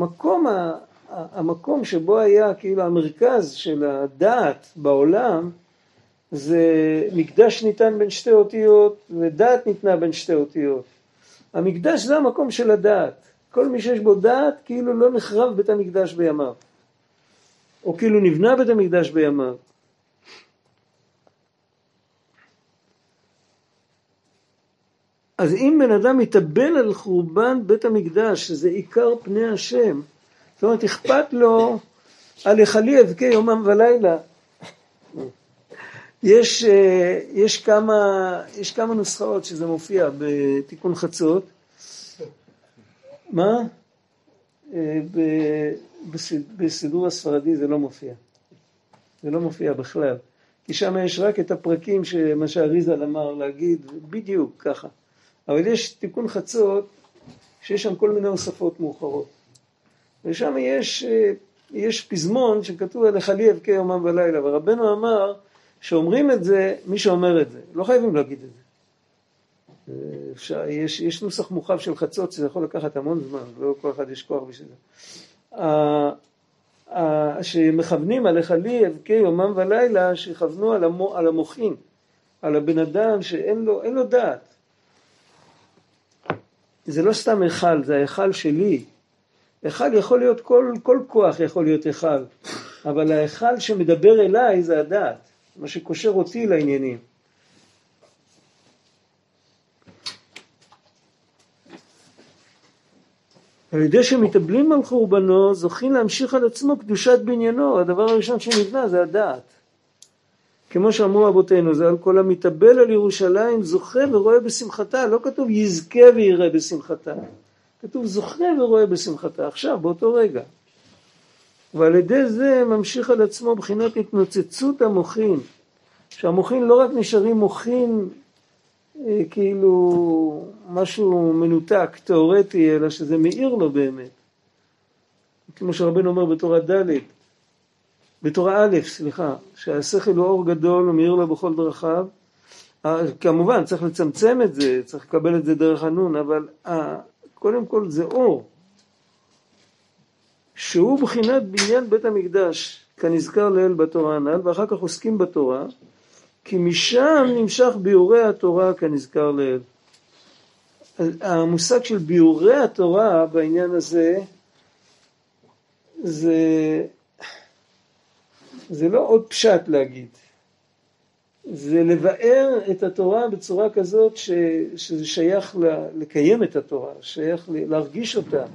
המקום שבו היה כאילו המרכז של הדעת בעולם, זה מקדש ניתן בין שתי אותיות, ודעת ניתנה בין שתי אותיות. המקדש זה המקום של הדעת. כל מי שיש בו דעת כאילו לא נחרב בית המקדש בימיו. או כאילו נבנה בית המקדש בימיו. אז אם בן אדם מתאבל על חורבן בית המקדש, שזה עיקר פני השם, זאת אומרת, אכפת לו על היכלי אבכה יומם ולילה. יש כמה נוסחאות שזה מופיע בתיקון חצות. מה? בסידור הספרדי זה לא מופיע. זה לא מופיע בכלל. כי שם יש רק את הפרקים שמה שאריז"ל אמר להגיד בדיוק ככה. אבל יש תיקון חצות שיש שם כל מיני הוספות מאוחרות. ושם יש פזמון שכתוב על היכלי אבכה יומם ולילה. ורבנו אמר שאומרים את זה, מי שאומר את זה. לא חייבים להגיד את זה. יש נוסח מורחב של חצות שזה יכול לקחת המון זמן, לא כל אחד יש כוח בשביל זה. שמכוונים על היכלי אבכה יומם ולילה, שיכוונו על המוחין, על הבן אדם שאין לו דעת. זה לא סתם היכל, זה ההיכל שלי. היכל יכול להיות, כל כוח יכול להיות היכל, אבל ההיכל שמדבר אליי זה הדעת, מה שקושר אותי לעניינים. על ידי שמתאבלים על חורבנו, זוכים להמשיך על עצמו קדושת בניינו. הדבר הראשון שנבנה זה הדעת. כמו שאמרו אבותינו, זה על כל המתאבל על ירושלים, זוכה ורואה בשמחתה. לא כתוב יזכה ויראה בשמחתה. כתוב זוכה ורואה בשמחתה. עכשיו, באותו רגע. ועל ידי זה ממשיך על עצמו בחינת התנוצצות המוחין. שהמוחין לא רק נשארים מוחין כאילו משהו מנותק, תיאורטי, אלא שזה מאיר לו באמת. כמו שרבנו אומר בתורה א', שהשכל הוא אור גדול ומאיר לו בכל דרכיו. כמובן צריך לצמצם את זה, צריך לקבל את זה דרך הנון, אבל קודם כל זה אור. שהוא בחינת בניין בית המקדש, כנזכר לעיל בתורה הנ"ל, ואחר כך עוסקים בתורה, כי משם נמשך ביאורי התורה כנזכר לעיל. המושג של ביאורי התורה בעניין הזה, זה לא עוד פשט להגיד. זה לבאר את התורה בצורה כזאת שזה שייך לקיים את התורה, שייך להרגיש אותה.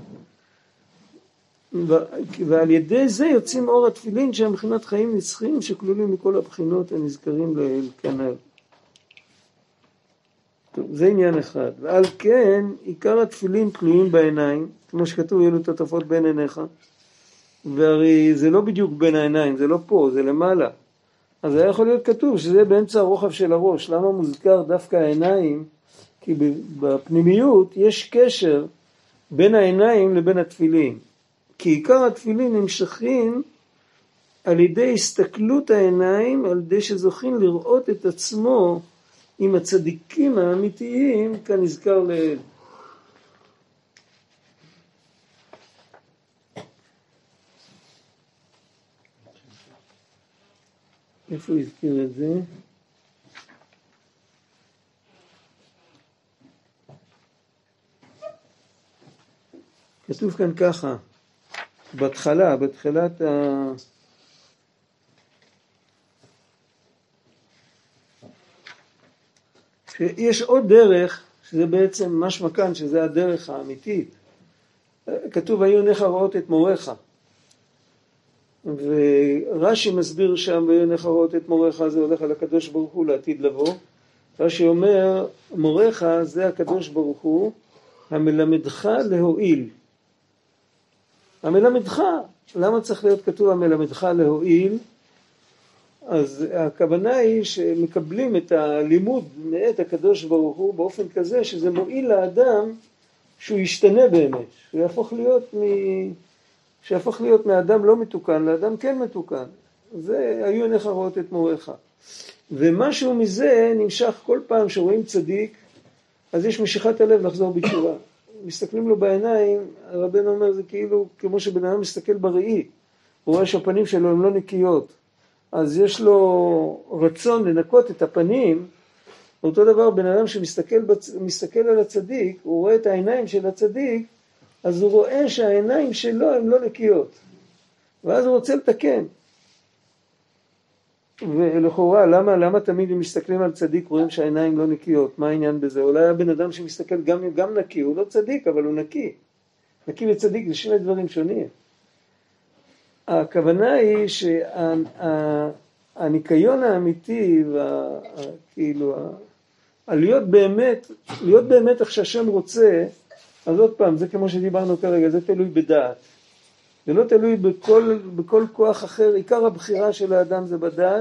ועל ידי זה יוצאים אור התפילין שהם מבחינת חיים נצחיים שכלולים מכל הבחינות הנזכרים לעיל כנ"ל. טוב, זה עניין אחד. ועל כן עיקר התפילין תלויים בעיניים, כמו שכתוב יהיו תטפות בין עיניך, והרי זה לא בדיוק בין העיניים, זה לא פה, זה למעלה. אז היה יכול להיות כתוב שזה באמצע הרוחב של הראש. למה מוזכר דווקא העיניים? כי בפנימיות יש קשר בין העיניים לבין התפילין. כי עיקר התפילין נמשכים על ידי הסתכלות העיניים, על ידי שזוכים לראות את עצמו עם הצדיקים האמיתיים כנזכר לעיל. איפה הוא הזכיר את זה? כתוב כאן ככה, בתחילת יש עוד דרך, שזה בעצם משמע כאן, שזה הדרך האמיתית. כתוב, היו עיניך רואות את מוריך. ורש"י מסביר שם, והיו עיניך רואות את מוריך, זה הולך על הקדוש ברוך הוא לעתיד לבוא. רש"י אומר, מוריך זה הקדוש ברוך הוא, המלמדך להועיל. המלמדך, למה צריך להיות כתוב המלמדך להועיל? אז הכוונה היא שמקבלים את הלימוד מאת הקדוש ברוך הוא באופן כזה שזה מועיל לאדם שהוא ישתנה באמת, שהוא יהפוך להיות מאדם לא מתוקן לאדם כן מתוקן. זה היו עיניך רואות את מוריך. ומשהו מזה נמשך כל פעם שרואים צדיק, אז יש משיכת הלב לחזור בתשובה. מסתכלים לו בעיניים, הרבנו אומר זה כאילו כמו שבן אדם מסתכל בראי, הוא רואה שהפנים שלו הם לא נקיות, אז יש לו רצון לנקות את הפנים. אותו דבר בן אדם שמסתכל על הצדיק, הוא רואה את העיניים של הצדיק, אז הוא רואה שהעיניים שלו הם לא נקיות, ואז הוא רוצה לתקן. ולכאורה, למה תמיד אם מסתכלים על צדיק רואים שהעיניים לא נקיות? מה העניין בזה? אולי הבן אדם שמסתכל גם נקי, הוא לא צדיק אבל הוא נקי. נקי וצדיק זה שני דברים שונים. הכוונה היא שהניקיון האמיתי, כאילו, להיות באמת איך שהשם רוצה, אז עוד פעם, זה כמו שדיברנו כרגע, זה תלוי בדעת. זה לא תלוי בכל כוח אחר, עיקר הבחירה של האדם זה בדעת,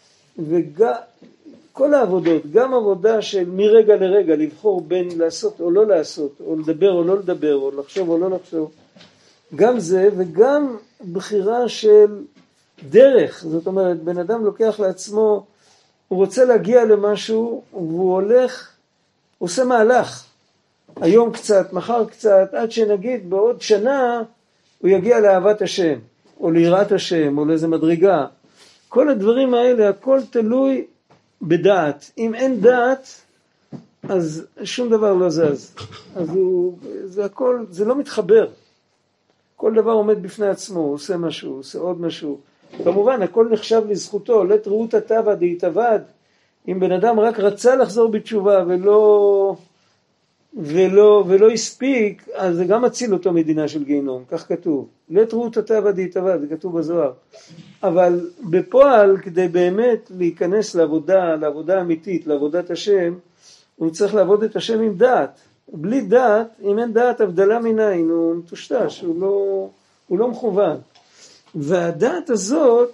וכל העבודות, גם עבודה של מרגע לרגע, לבחור בין לעשות או לא לעשות, או לדבר או לא לדבר, או לחשוב או לא לחשוב, גם זה, וגם בחירה של דרך. זאת אומרת, בן אדם לוקח לעצמו, הוא רוצה להגיע למשהו, והוא הולך, עושה מהלך, היום קצת, מחר קצת, עד שנגיד בעוד שנה, הוא יגיע לאהבת השם, או ליראת השם, או לאיזה מדרגה. כל הדברים האלה, הכל תלוי בדעת. אם אין דעת, אז שום דבר לא זז. אז זה הכל, זה לא מתחבר. כל דבר עומד בפני עצמו, הוא עושה משהו, הוא עושה עוד משהו. כמובן, הכל נחשב לזכותו, לית ראות הטבע דהתאבד. אם בן אדם רק רצה לחזור בתשובה ולא ולא הספיק, אז זה גם מציל אותו מדינה של גיהנום, כך כתוב. לית רות אתה ודהיטבה, זה כתוב בזוהר. אבל בפועל, כדי באמת להיכנס לעבודה אמיתית, לעבודת השם, הוא צריך לעבוד את השם עם דעת. בלי דעת, אם אין דעת, הבדלה מניין, הוא מטושטש, הוא לא מכוון. והדעת הזאת,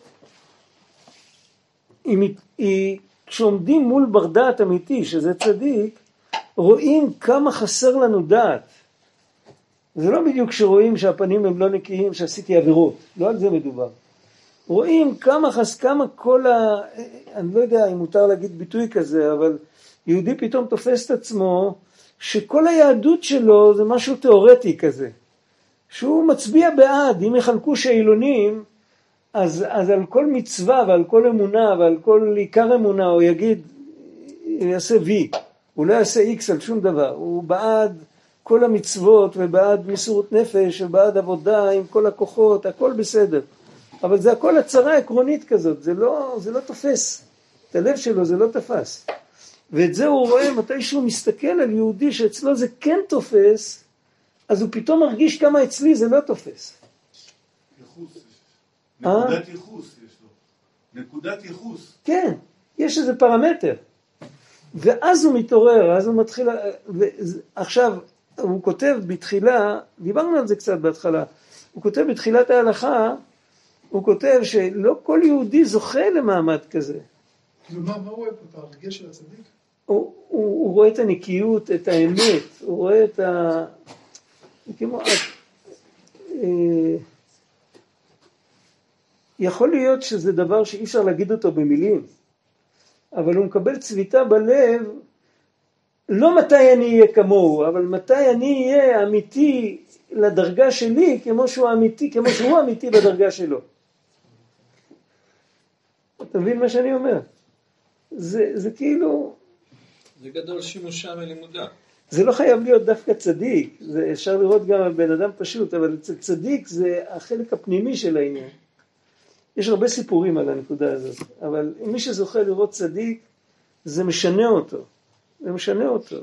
כשעומדים מול בר דעת אמיתי, שזה צדיק, רואים כמה חסר לנו דעת. זה לא בדיוק שרואים שהפנים הם לא נקיים, שעשיתי עבירות. לא על זה מדובר. רואים כמה אני לא יודע אם מותר להגיד ביטוי כזה, אבל יהודי פתאום תופס את עצמו, שכל היהדות שלו זה משהו תיאורטי כזה. שהוא מצביע בעד, אם יחלקו שאילונים, אז על כל מצווה ועל כל אמונה ועל כל עיקר אמונה, הוא יגיד, יעשה V. הוא לא יעשה X על שום דבר. הוא בעד כל המצוות ובעד מסירות נפש ובעד עבודה עם כל הכוחות, הכל בסדר. אבל זה הכל הצהרה עקרונית כזאת, זה לא תופס. את הלב שלו זה לא תפס. ואת זה הוא רואה מתי שהוא מסתכל על יהודי שאצלו זה כן תופס, אז הוא פתאום מרגיש כמה אצלי זה לא תופס. ייחוס. נקודת ייחוס יש לו. נקודת ייחוס. כן, יש איזה פרמטר. ואז הוא מתעורר, אז הוא מתחיל, עכשיו הוא כותב בתחילה, דיברנו על זה קצת בהתחלה, הוא כותב בתחילת ההלכה, הוא כותב שלא כל יהודי זוכה למעמד כזה. מה הוא רואה פה? את הרגש של הצדיק? הוא רואה את הנקיות, את האמת, הוא רואה את כמו, יכול להיות שזה דבר שאי אפשר להגיד אותו במילים, אבל הוא מקבל צביטה בלב, לא מתי אני אהיה כמוהו, אבל מתי אני אהיה אמיתי לדרגה שלי, כמו שהוא אמיתי בדרגה שלו. אתה מבין מה שאני אומר? זה כאילו... זה גדול שימושה מלימודה. זה לא חייב להיות דווקא צדיק, זה אפשר לראות גם על בן אדם פשוט, אבל צדיק זה החלק הפנימי של העניין. יש הרבה סיפורים על הנקודה הזאת, אבל מי שזוכה לראות צדיק, זה משנה אותו. זה משנה אותו.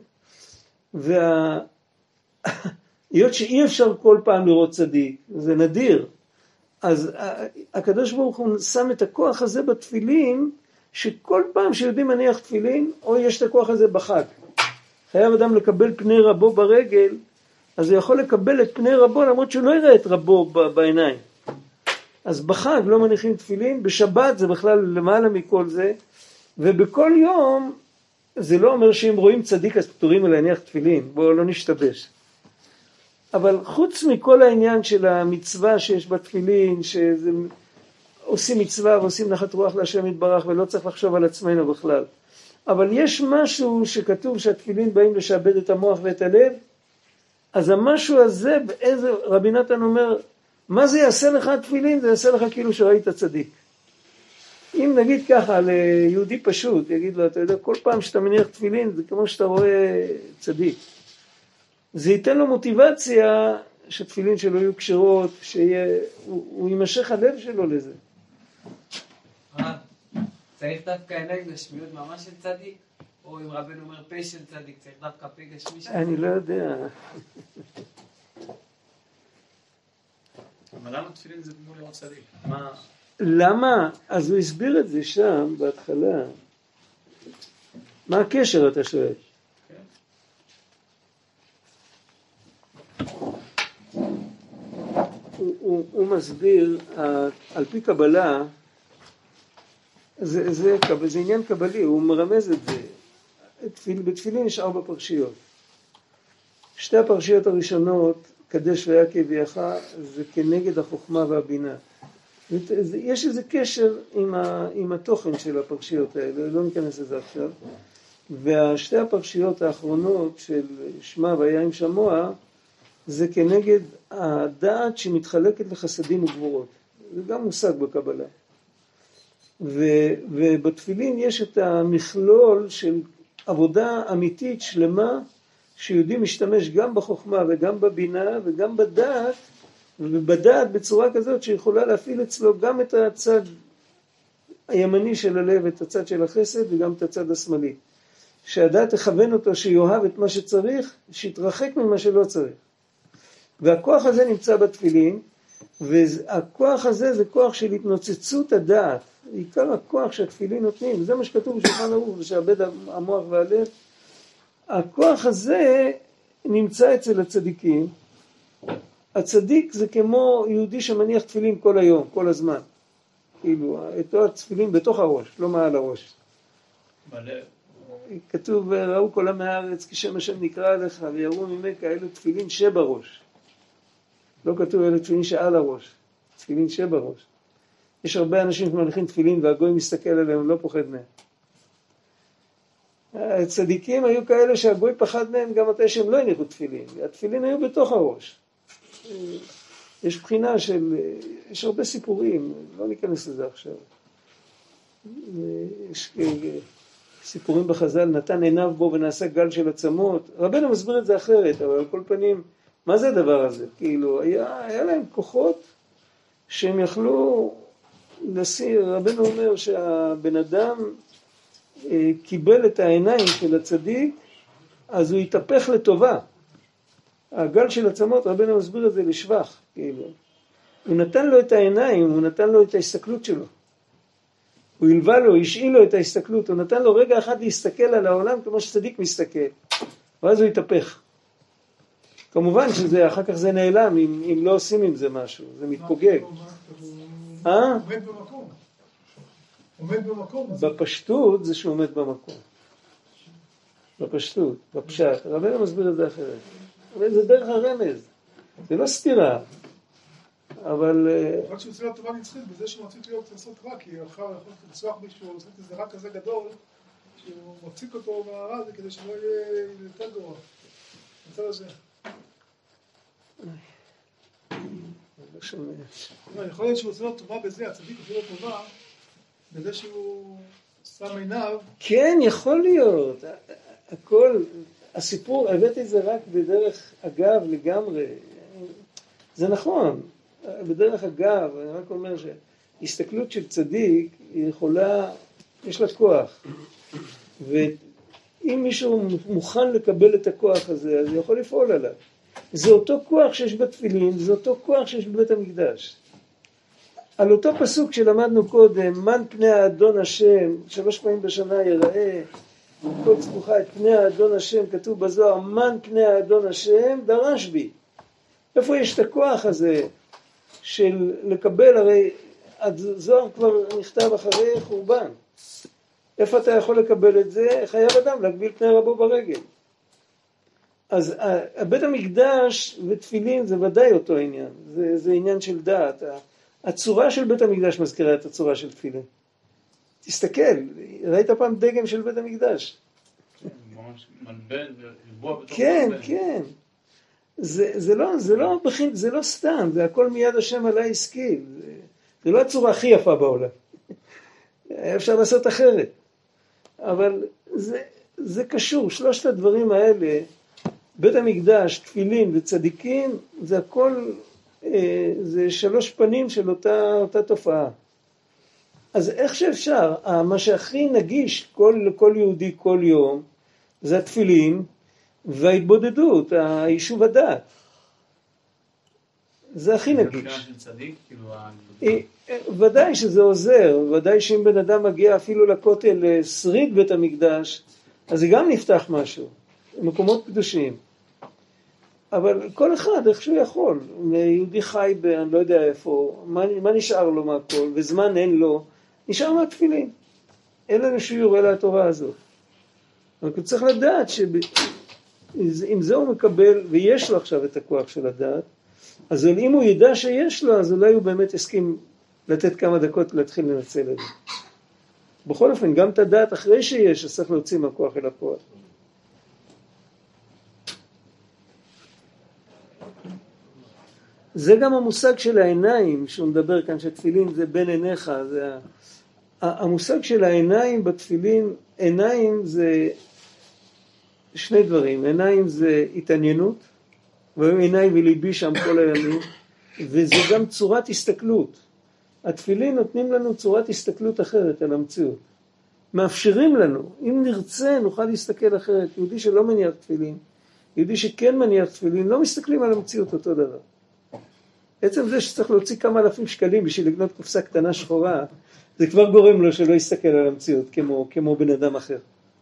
היות שאי אפשר כל פעם לראות צדיק, זה נדיר, אז הקדוש ברוך הוא שם את הכוח הזה בתפילין, שכל פעם שיודעים מניח תפילין, או יש את הכוח הזה בחג. חייב אדם לקבל פני רבו ברגל, אז הוא יכול לקבל את פני רבו, למרות שהוא לא יראה את רבו בעיניים. אז בחג לא מניחים תפילין, בשבת זה בכלל למעלה מכל זה, ובכל יום, זה לא אומר שאם רואים צדיק אז פטורים להניח תפילין, בואו לא נשתבש. אבל חוץ מכל העניין של המצווה שיש בתפילין, שזה עושים מצווה ועושים נחת רוח להשם יתברך, ולא צריך לחשוב על עצמנו בכלל. אבל יש משהו שכתוב שהתפילין באים לשעבד את המוח ואת הלב, אז המשהו הזה, רבי נתן אומר, מה זה יעשה לך תפילין? זה יעשה לך כאילו שראית צדיק. אם נגיד ככה ליהודי פשוט, יגיד לו, אתה יודע, כל פעם שאתה מניח תפילין, זה כמו שאתה רואה צדיק. זה ייתן לו מוטיבציה שתפילין שלו יהיו קשרות, שהוא יימשך הלב שלו לזה. צריך דווקא עיניים גשמיות ממש של צדיק? או אם רבנו אומר פה של צדיק, צריך דווקא פה גשמי של צדיק? אני לא יודע. אבל למה תפילין זה כמו לראות צדיק? למה? אז הוא הסביר את זה שם בהתחלה. מה הקשר אתה שואל? הוא מסביר, על פי קבלה, זה עניין קבלי, הוא מרמז את זה. בתפילין יש 4 פרשיות. 2 הפרשיות הראשונות, קדש ויקה ויחה, זה כנגד החוכמה והבינה. יש איזה קשר עם התוכן של הפרשיות האלה, לא ניכנס לזה עכשיו. והשתי הפרשיות האחרונות של שמע והיה עם שמוע, זה כנגד הדעת שמתחלקת לחסדים וגבורות. זה גם מושג בקבלה. ובתפילין יש את המכלול של עבודה אמיתית שלמה, שיהודי משתמש גם בחוכמה וגם בבינה וגם בדעת, ובדעת בצורה כזאת שיכולה להפעיל אצלו גם את הצד הימני של הלב, את הצד של החסד וגם את הצד השמאלי. שהדעת תכוון אותו שיאהב את מה שצריך, שיתרחק ממה שלא צריך. והכוח הזה נמצא בתפילין, והכוח הזה זה כוח של התנוצצות הדעת. עיקר הכוח שהתפילין נותנים, וזה מה שכתוב בשולחן ערוך, ושעבד המוח והלב. הכוח הזה נמצא אצל הצדיקים. הצדיק זה כמו יהודי שמניח תפילין כל היום, כל הזמן. כאילו, אותו התפילין בתוך הראש, לא מעל הראש. בלב. כתוב, ראו כל עמי הארץ כשם השם נקרא לך, ויראו ממך אלו תפילין שבראש. לא כתוב אלו תפילין שעל הראש, תפילין שבראש. יש הרבה אנשים שמניחים תפילין והגוי מסתכל עליהם, לא פוחד מהם. הצדיקים היו כאלה שהגוי פחד מהם גם מתי שהם לא הניחו תפילין. התפילין היו בתוך הראש. יש בחינה של, יש הרבה סיפורים, לא ניכנס לזה עכשיו. יש סיפורים בחז"ל, נתן עיניו בו ונעשה גל של עצמות. רבנו מסביר את זה אחרת, אבל על כל פנים, מה זה הדבר הזה? כאילו, היה להם כוחות שהם יכלו לסיר. רבנו אומר שהבן אדם קיבל את העיניים של הצדיק, אז הוא יתהפך לטובה. הגל של עצמות, רבנו מסביר את זה לשבח, כאילו. הוא נתן לו את העיניים, הוא נתן לו את ההסתכלות שלו. הוא הלווה לו, השאיל לו את ההסתכלות, הוא נתן לו רגע אחד להסתכל על העולם כמו שצדיק מסתכל, ואז הוא יתהפך. כמובן שזה, אחר כך זה נעלם, אם לא עושים עם זה משהו, זה מתפוגג. עומד במקום. עומד במקום. בפשטות זה שהוא עומד במקום. בפשטות, בפשט. רבנו מסביר את זה אחרת. אבל זה דרך הרמז. זה לא סתירה. אבל... רק שהוא עושה לו טובה נצחית בזה שהוא מציק להיות לעשות רע, כי אחר יכול לצלוח מישהו, לעשות איזה רע כזה גדול, שהוא מציק אותו מהרע הזה כדי שלא יהיה יותר גרוע. נצא לזה. יכול להיות שהוא עושה לו טובה בזה, הצדיק עושה לו טובה, בזה שהוא שם עיניו. כן, יכול להיות. הכל, הסיפור, הבאתי את זה רק בדרך אגב לגמרי. זה נכון. בדרך אגב, אני רק אומר שהסתכלות של צדיק היא יכולה, יש לה כוח. ואם מישהו מוכן לקבל את הכוח הזה, אז הוא יכול לפעול עליו. זה אותו כוח שיש בתפילין, זה אותו כוח שיש בבית המקדש. על אותו פסוק שלמדנו קודם, מן פני האדון השם, 3 פעמים בשנה יראה, כל צפוחה את פני האדון השם, כתוב בזוהר, מן פני האדון השם, דרש בי. איפה יש את הכוח הזה של לקבל, הרי הזוהר כבר נכתב אחרי חורבן. איפה אתה יכול לקבל את זה? חייב אדם להגביל פני רבו ברגל. אז בית המקדש ותפילין זה ודאי אותו עניין, זה עניין של דעת. הצורה של בית המקדש מזכירה את הצורה של תפילין. תסתכל, ראית פעם דגם של בית המקדש? כן, ממש מלבן ולבוע בתוך כן, מלבן. כן. זה לא סתם, זה הכל מיד השם עלי השכיל. זה לא הצורה הכי יפה בעולם. אפשר לעשות אחרת. אבל זה קשור, שלושת הדברים האלה, בית המקדש, תפילין וצדיקים, זה הכל, זה 3 פנים של אותה תופעה. אז איך שאפשר, מה שהכי נגיש לכל יהודי כל יום, זה התפילין וההתבודדות, היישוב הדעת. זה הכי נגיש. זה של צדיק, כאילו... ודאי שזה עוזר, ודאי שאם בן אדם מגיע אפילו לכותל שריד בית המקדש, אז זה גם נפתח משהו, מקומות קדושים. אבל כל אחד איך שהוא יכול, יהודי חי אני לא יודע איפה, מה נשאר לו מהכל, וזמן אין לו, נשאר מהתפילין. אין לנו שיעור אלא התורה הזאת. אבל הוא צריך לדעת שאם זה הוא מקבל, ויש לו עכשיו את הכוח של הדעת, אז אם הוא ידע שיש לו, אז אולי הוא באמת יסכים לתת כמה דקות להתחיל לנצל את זה. בכל אופן, גם את הדעת אחרי שיש, אז צריך להוציא מהכוח אל הפועל. זה גם המושג של העיניים, שהוא מדבר כאן שתפילין זה בין עיניך, זה המושג של העיניים בתפילין, עיניים זה 2 דברים, עיניים זה התעניינות, ועיניים וליבי שם כל הימים, וזה גם צורת הסתכלות. התפילין נותנים לנו צורת הסתכלות אחרת על המציאות. מאפשרים לנו. אם נרצה נוכל להסתכל אחרת. יהודי שלא מניח תפילין, יהודי שכן מניח תפילין, לא מסתכלים על המציאות אותו דבר. עצם זה שצריך להוציא כמה אלפים שקלים בשביל לקנות קופסה קטנה שחורה, זה כבר גורם לו שלא יסתכל על המציאות כמו בן אדם אחר.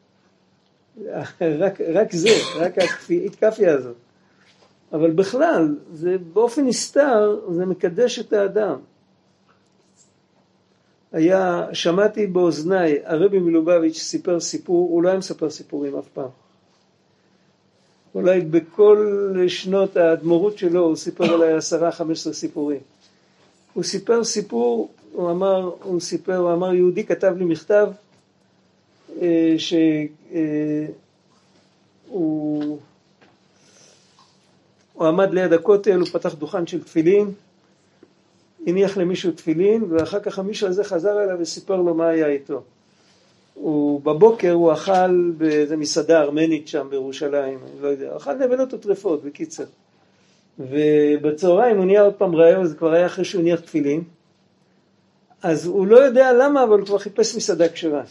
רק זה, רק ההתקפיה הזאת. אבל בכלל, זה באופן נסתר, זה מקדש את האדם. שמעתי באוזניי, הרבי מלובביץ' סיפר סיפור, הוא לא היה מספר סיפורים אף פעם. אולי בכל שנות האדמו"רות שלו הוא סיפר עליי 10-15 סיפורים. הוא סיפר סיפור, הוא אמר, יהודי כתב לי מכתב, שהוא עמד ליד הכותל, הוא פתח דוכן של תפילין, הניח למישהו תפילין, ואחר כך המישהו הזה חזר אליו וסיפר לו מה היה איתו. בבוקר הוא אכל באיזה מסעדה ארמנית שם בירושלים, אני לא יודע, אכל נבלות וטרפות בקיצר. ובצהריים הוא נהיה עוד פעם רעב, זה כבר היה אחרי שהוא הניח תפילין. אז הוא לא יודע למה, אבל הוא כבר חיפש מסעדה כשרה.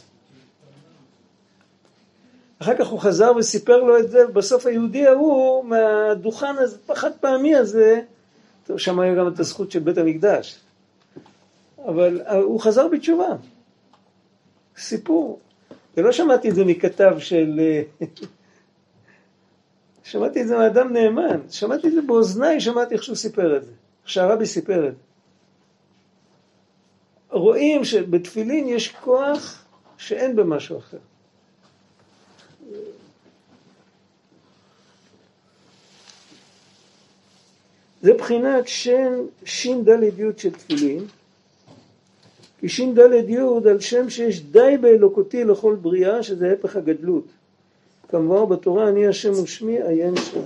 אחר כך הוא חזר וסיפר לו את זה, בסוף היהודי ההוא מהדוכן הזה, חד פעמי הזה, שם היה גם את הזכות של בית המקדש. אבל הוא חזר בתשובה. סיפור. ולא שמעתי את זה מכתב של... שמעתי את זה מאדם נאמן. שמעתי את זה באוזניי, שמעתי איך שהוא סיפר את זה. שהרבי סיפר את זה. רואים שבתפילין יש כוח שאין במשהו אחר. זה בחינת שין ד' י' של תפילין, כי שין ד' י' על שם שיש די באלוקותי לכל בריאה, שזה הפך הגדלות. כמובן בתורה אני השם ושמי עיין שם.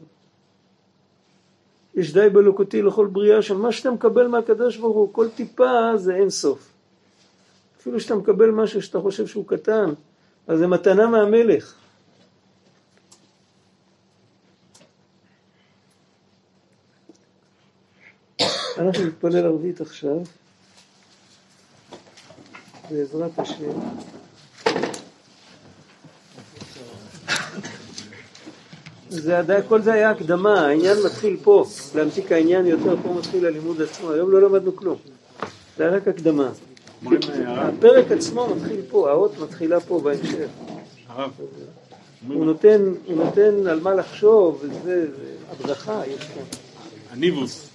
יש די באלוקותי לכל בריאה, שמה שאתה מקבל מהקדוש ברוך הוא, כל טיפה זה אין סוף. אפילו שאתה מקבל משהו שאתה חושב שהוא קטן, אז זה מתנה מהמלך. אנחנו נתפלל ערבית עכשיו, בעזרת השם. כל זה היה הקדמה, העניין מתחיל פה, להמתיק העניין יותר, פה מתחיל הלימוד עצמו, היום לא למדנו כלום, זה היה רק הקדמה. הפרק עצמו מתחיל פה, האות מתחילה פה בהמשך. הוא נותן על מה לחשוב, וזה הברכה יש פה. הניבוס.